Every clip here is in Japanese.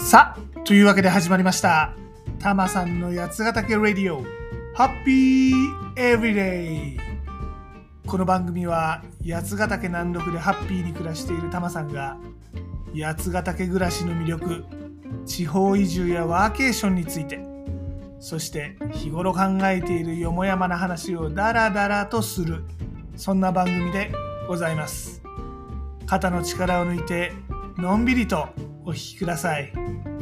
さあ、というわけで始まりましたタマさんの八ヶ岳ラディオハッピーエブリデイ。この番組は八ヶ岳南麓でハッピーに暮らしているタマさんが八ヶ岳暮らしの魅力、地方移住やワーケーションについて、そして日頃考えているよもやまな話をダラダラとする、そんな番組でございます。肩の力を抜いてのんびりとお聞きください。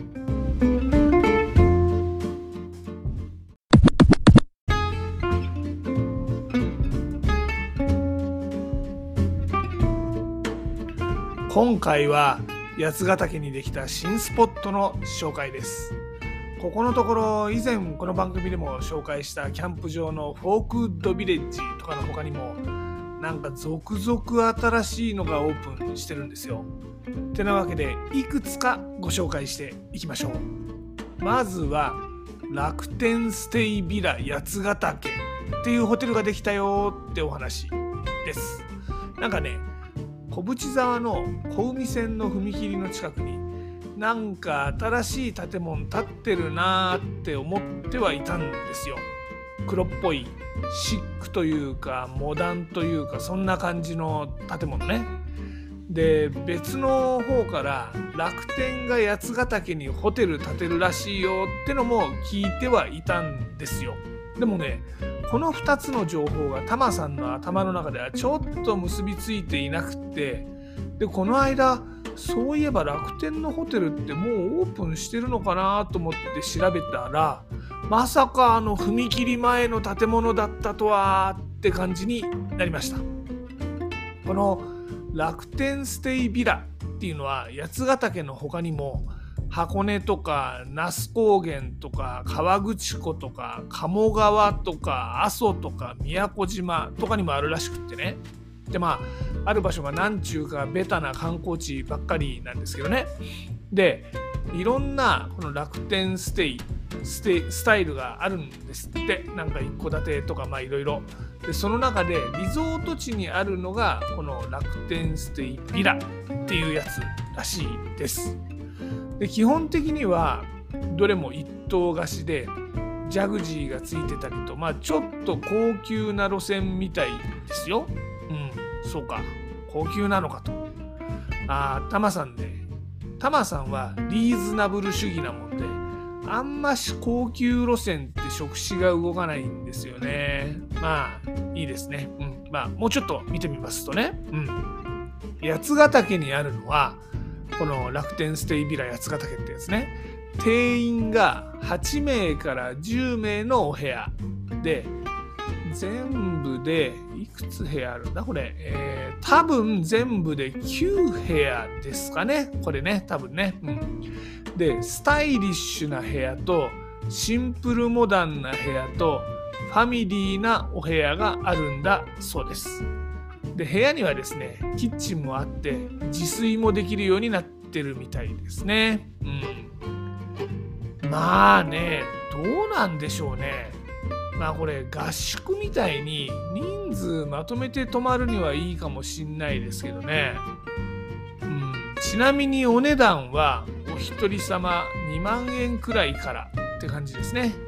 今回は八ヶ岳にできた新スポットの紹介です。ここのところ以前この番組でも紹介したキャンプ場のフォークウッドビレッジとかの他にもなんか続々新しいのがオープンしてるんですよ。てなわけでいくつかご紹介していきましょう。まずは楽天ステイビラ八ヶ岳っていうホテルができたよってお話です。なんかね、小淵沢の小海線の踏切の近くになんか新しい建物建ってるなーって思ってはいたんですよ。黒っぽいシックというかモダンというかそんな感じの建物ね。で、別の方から楽天が八ヶ岳にホテル建てるらしいよってのも聞いてはいたんですよ。でもね、この2つの情報がタマさんの頭の中ではちょっと結びついていなくて、でこの間そういえば楽天のホテルってもうオープンしてるのかなと思って調べたら、まさか踏切前の建物だったとはって感じになりました。この楽天ステイビラっていうのは八ヶ岳の他にも箱根とか那須高原とか河口湖とか鴨川とか阿蘇とか宮古島とかにもあるらしくってね。である場所がなんちゅうかベタな観光地ばっかりなんですけどね。でいろんなこの楽天スタイルがあるんですって。なんか一戸建てとかいろいろで、その中でリゾート地にあるのがこの楽天ステイビラっていうやつらしいです。で基本的にはどれも一棟貸しでジャグジーがついてたりと、ちょっと高級な路線みたいですよ。そうか、高級なのかと。タマさんはリーズナブル主義なもんで、あんまし高級路線って触手が動かないんですよね。いいですね。もうちょっと見てみますとね、八ヶ岳にあるのはこの楽天ステイビラ八ヶ岳ってやつね。定員が8名から10名のお部屋で、全部でいくつ部屋あるんだこれ、多分全部で9部屋ですかね、これね、多分ね。でスタイリッシュな部屋とシンプルモダンな部屋とファミリーなお部屋があるんだそうです。で部屋にはですね、キッチンもあって自炊もできるようになってるみたいですね。どうなんでしょうね。これ合宿みたいに人数まとめて泊まるにはいいかもしんないですけどね。ちなみにお値段はお一人様2万円くらいからって感じですね。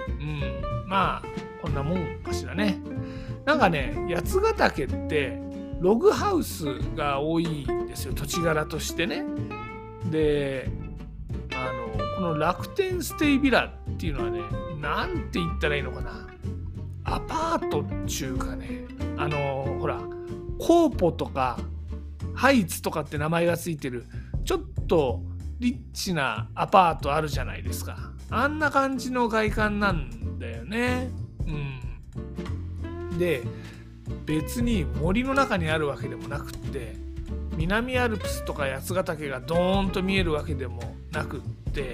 こんなもんかしらね。なんかね、八ヶ岳ってログハウスが多いんですよ、土地柄としてね。でこの楽天ステイビラっていうのはね、なんて言ったらいいのかな、アパートっちゅうかね、ほらコーポとかハイツとかって名前がついてるちょっとリッチなアパートあるじゃないですか。あんな感じの外観なんだよね。で別に森の中にあるわけでもなくって、南アルプスとか八ヶ岳がドーンと見えるわけでもなくって、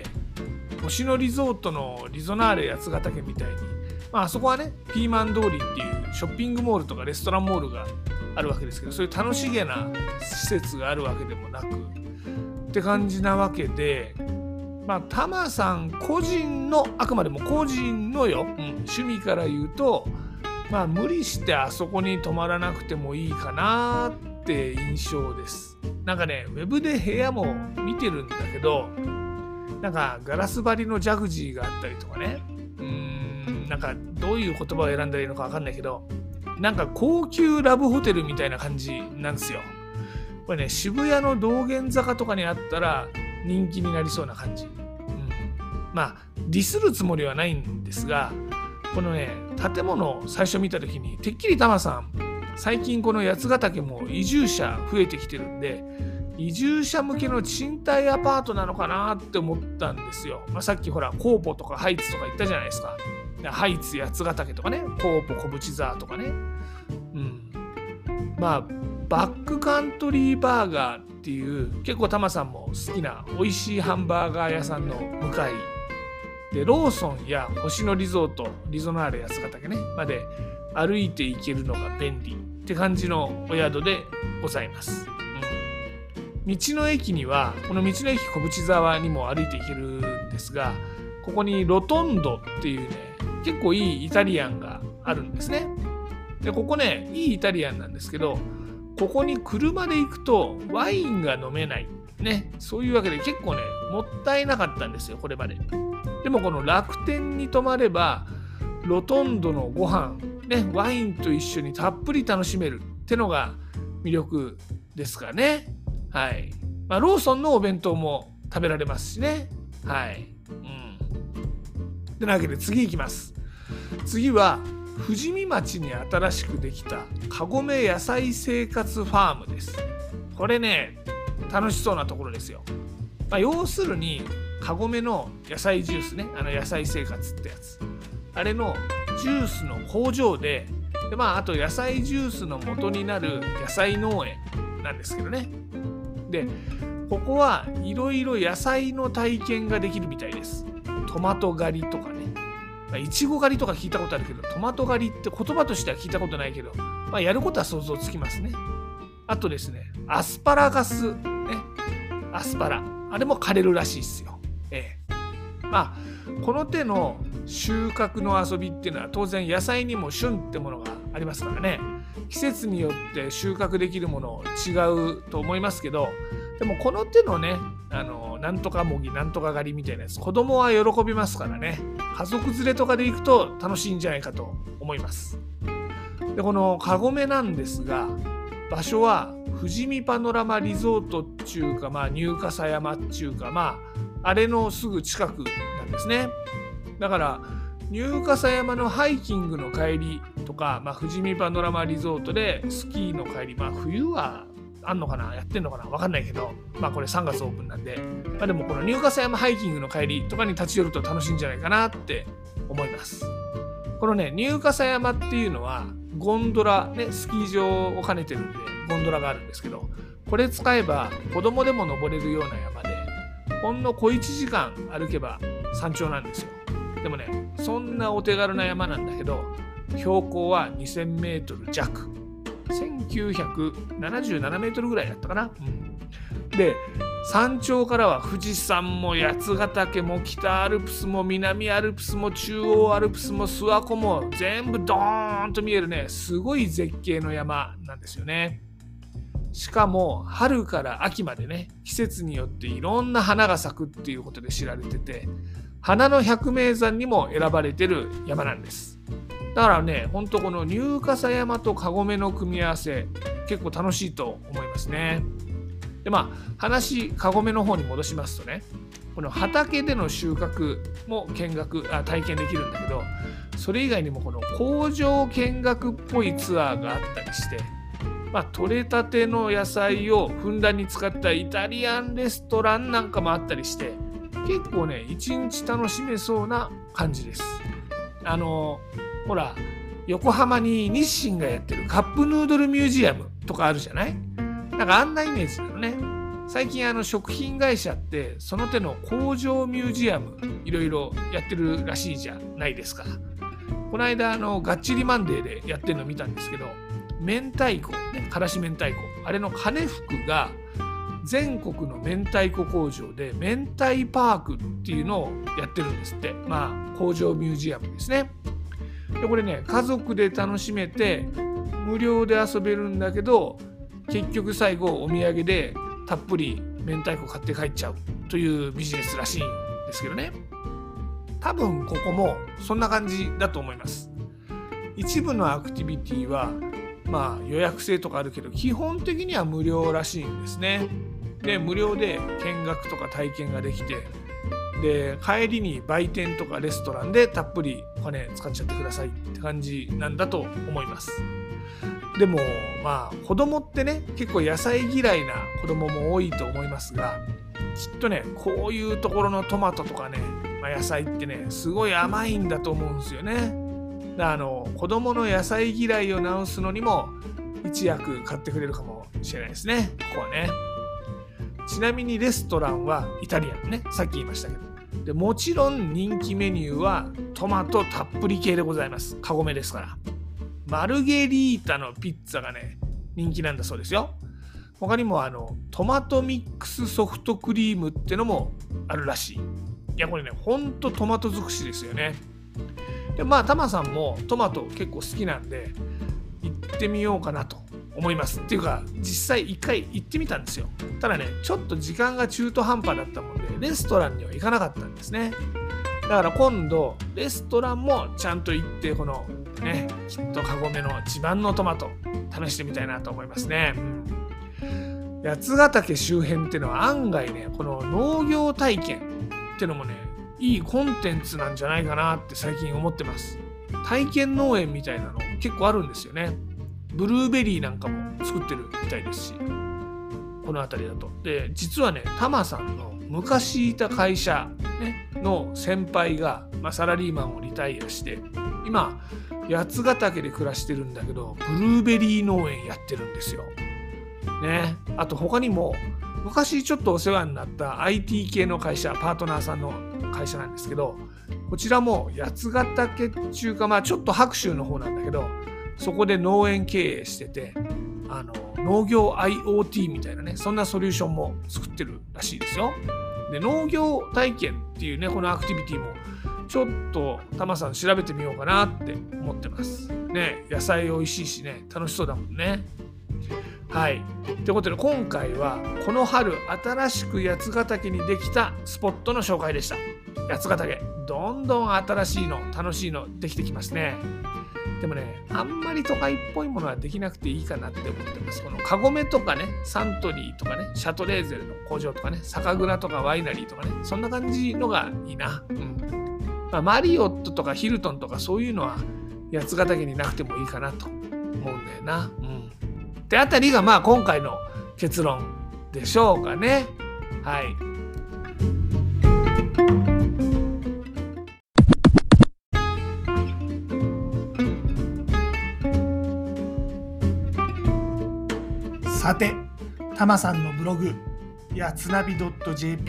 星野リゾートのリゾナーレ八ヶ岳みたいに、あそこはねピーマン通りっていうショッピングモールとかレストランモールがあるわけですけど、そういう楽しげな施設があるわけでもなくって感じなわけで、タマさん個人の、あくまでも個人の趣味から言うと、無理してあそこに泊まらなくてもいいかなって印象です。なんかね、ウェブで部屋も見てるんだけど、 なんかガラス張りのジャグジーがあったりとかね、なんかどういう言葉を選んだらいいのか分かんないけど、なんか高級ラブホテルみたいな感じなんですよ。これね、渋谷の道玄坂とかにあったら人気になりそうな感じ。まあディスるつもりはないんですが、このね建物を最初見た時にてっきりタマさん、最近この八ヶ岳も移住者増えてきてるんで、移住者向けの賃貸アパートなのかなって思ったんですよ。さっきほらコーポとかハイツとか言ったじゃないですか。ハイツ八ヶ岳とかね、コーポ小淵沢とかね、バックカントリーバーガーっていう結構タマさんも好きな美味しいハンバーガー屋さんの向かいで、ローソンや星野リゾート、リゾナーレ八ヶ岳ねまで歩いて行けるのが便利って感じのお宿でございます。道の駅には、この道の駅小淵沢にも歩いて行けるんですが、ここにロトンドっていうね結構いいイタリアンがあるんですね。でここねいいイタリアンなんですけど、ここに車で行くとワインが飲めないね、そういうわけで結構ねもったいなかったんですよこれまで。でもこの楽天に泊まればロトンドのご飯ね、ワインと一緒にたっぷり楽しめるってのが魅力ですかね。はい。ローソンのお弁当も食べられますしね。はい。てなわけで次行きます。次は富士見町に新しくできたかごめ野菜生活ファームです。これね楽しそうなところですよ。要するにかごめの野菜ジュースね、野菜生活ってやつ、あれのジュースの工場で、あと野菜ジュースの元になる野菜農園なんですけどね。でここはいろいろ野菜の体験ができるみたいです。トマト狩りとかね、いちご狩りとか聞いたことあるけど、トマト狩りって言葉としては聞いたことないけど、やることは想像つきますね。あとですね、アスパラガスね、アスパラあれも枯れるらしいですよ。この手の収穫の遊びっていうのは当然野菜にも旬ってものがありますからね、季節によって収穫できるもの違うと思いますけど、でもこの手のねなんとかもぎなんとか狩りみたいなやつ、子供は喜びますからね、家族連れとかで行くと楽しいんじゃないかと思います。でこのかごめなんですが、場所は富士見パノラマリゾートっていうか、入笠山っていうか、あれのすぐ近くなんですね。だから入笠山のハイキングの帰りとか、富士見パノラマリゾートでスキーの帰り、冬はあんのかな、やってんのかな、分かんないけど、これ3月オープンなんで、でもこの入笠山ハイキングの帰りとかに立ち寄ると楽しいんじゃないかなって思います。このね入笠山っていうのはゴンドラね、スキー場を兼ねてるんでゴンドラがあるんですけど、これ使えば子供でも登れるような山で、ほんの小1時間歩けば山頂なんですよ。でもねそんなお手軽な山なんだけど、標高は2000メートル弱、1977メートルぐらいだったかな。で山頂からは富士山も八ヶ岳も北アルプスも南アルプスも中央アルプスも諏訪湖も全部ドーンと見えるね、すごい絶景の山なんですよね。しかも春から秋までね、季節によっていろんな花が咲くっていうことで知られてて、花の百名山にも選ばれてる山なんです。だからね、ほんとこの入笠山とかごめの組み合わせ結構楽しいと思いますね。で話かごめの方に戻しますとね、この畑での収穫も体験できるんだけど、それ以外にもこの工場見学っぽいツアーがあったりして、取れたての野菜をふんだんに使ったイタリアンレストランなんかもあったりして、結構ね一日楽しめそうな感じです。ほら横浜に日清がやってるカップヌードルミュージアムとかあるじゃない。あんなイメージなのね。最近食品会社ってその手の工場ミュージアムいろいろやってるらしいじゃないですか。この間がっちりマンデーでやってるの見たんですけど、明太子ね、からし明太子、あれの金福が全国の明太子工場で明太パークっていうのをやってるんですって。工場ミュージアムですね。でこれね家族で楽しめて無料で遊べるんだけど、結局最後お土産でたっぷり明太子買って帰っちゃうというビジネスらしいんですけどね。多分ここもそんな感じだと思います。一部のアクティビティは予約制とかあるけど基本的には無料らしいんですね。で無料で見学とか体験ができて、で帰りに売店とかレストランでたっぷりお金使っちゃってくださいって感じなんだと思います。でも子供ってね結構野菜嫌いな子供も多いと思いますが、きっとねこういうところのトマトとかね、野菜ってねすごい甘いんだと思うんですよね。子供の野菜嫌いを直すのにも一役買ってくれるかもしれないですね、ここはね。ちなみにレストランはイタリアンね、さっき言いましたけど。でもちろん人気メニューはトマトたっぷり系でございます。カゴメですから。マルゲリータのピッツァがね人気なんだそうですよ。他にもトマトミックスソフトクリームってのもあるらしい。いやこれねほんとトマト尽くしですよね。でタマさんもトマト結構好きなんで行ってみようかなと思います。っていうか実際一回行ってみたんですよ。ただねちょっと時間が中途半端だったもんでレストランには行かなかったんですね。だから今度レストランもちゃんと行ってこのねきっとカゴメの自慢のトマト試してみたいなと思いますね。八ヶ岳周辺っていうのは案外ねこの農業体験っていうのもねいいコンテンツなんじゃないかなって最近思ってます。体験農園みたいなの結構あるんですよね。ブルーベリーなんかも作ってるみたいですし、この辺りだと。で実はねタマさんの昔いた会社、の先輩が、サラリーマンをリタイアして今八ヶ岳で暮らしてるんだけどブルーベリー農園やってるんですよ。あと他にも昔ちょっとお世話になった IT 系の会社、パートナーさんの会社なんですけど、こちらも八ヶ岳っていうかちょっと白州の方なんだけど、そこで農園経営してて農業 IoT みたいなねそんなソリューションも作ってるらしいですよ。で農業体験っていうねこのアクティビティもちょっとタマさん調べてみようかなって思ってますね。野菜美味しいしね楽しそうだもんね。はい。ということで今回はこの春新しく八ヶ岳にできたスポットの紹介でした。八ヶ岳どんどん新しいの楽しいのできてきますね。でもねあんまり都会っぽいものはできなくていいかなって思ってます。このカゴメとかねサントリーとかねシャトレーゼルの工場とかね酒蔵とかワイナリーとかねそんな感じのがいいな。マリオットとかヒルトンとかそういうのは八ヶ岳になくてもいいかなと思うんだよな。ってあたりが今回の結論でしょうかね。はい。さて、タマさんのブログやつなび .jp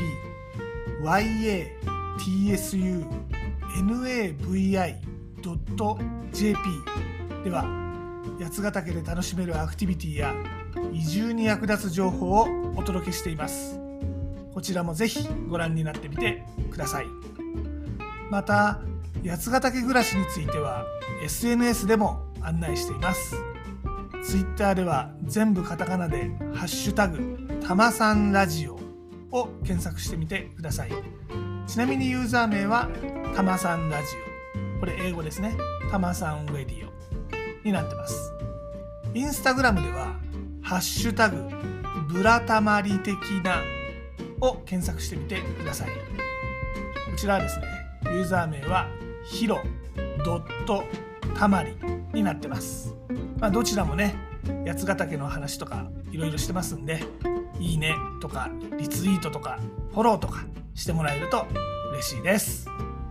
yatsunavi.jp では八ヶ岳で楽しめるアクティビティや移住に役立つ情報をお届けしています。こちらもぜひご覧になってみてください。また八ヶ岳暮らしについては SNS でも案内しています。Twitter では全部カタカナでハッシュタグたまさんラジオを検索してみてください。ちなみにユーザー名はたまさんラジオ、これ英語ですね、たまさんレディオになってます。インスタグラムではハッシュタグブラタマリ的なを検索してみてください。こちらはですねユーザー名はヒロドットたまりになってます。どちらもね八ヶ岳の話とかいろいろしてますんで、いいねとかリツイートとかフォローとかしてもらえると嬉しいです。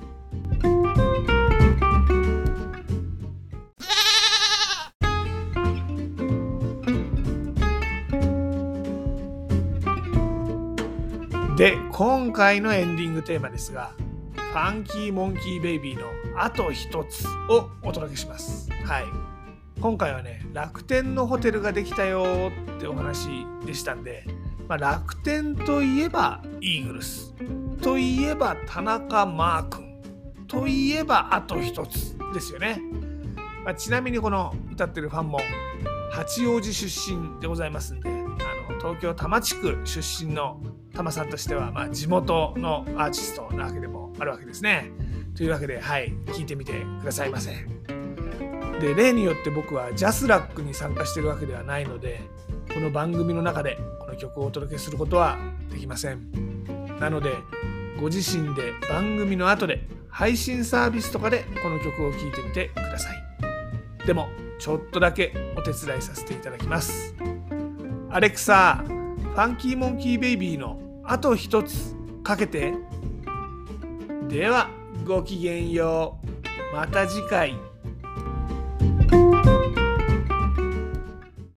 で今回のエンディングテーマですが、ファンキーモンキーベイビーのあと一つをお届けします。はい。今回はね楽天のホテルができたよってお話でしたんで、楽天といえばイーグルスといえば田中マー君といえばあと一つですよね。ちなみにこの歌ってるファンも八王子出身でございますんで、東京多摩地区出身のタマさんとしては地元のアーティストなわけでもあるわけですね。というわけで、聞いてみてくださいませ。で、例によって僕はジャスラックに参加しているわけではないので、この番組の中でこの曲をお届けすることはできません。なので、ご自身で番組の後で配信サービスとかでこの曲を聴いてみてください。でも、ちょっとだけお手伝いさせていただきます。アレクサ、ファンキーモンキーベイビーのあと一つかけて。では、ごきげんよう。また次回。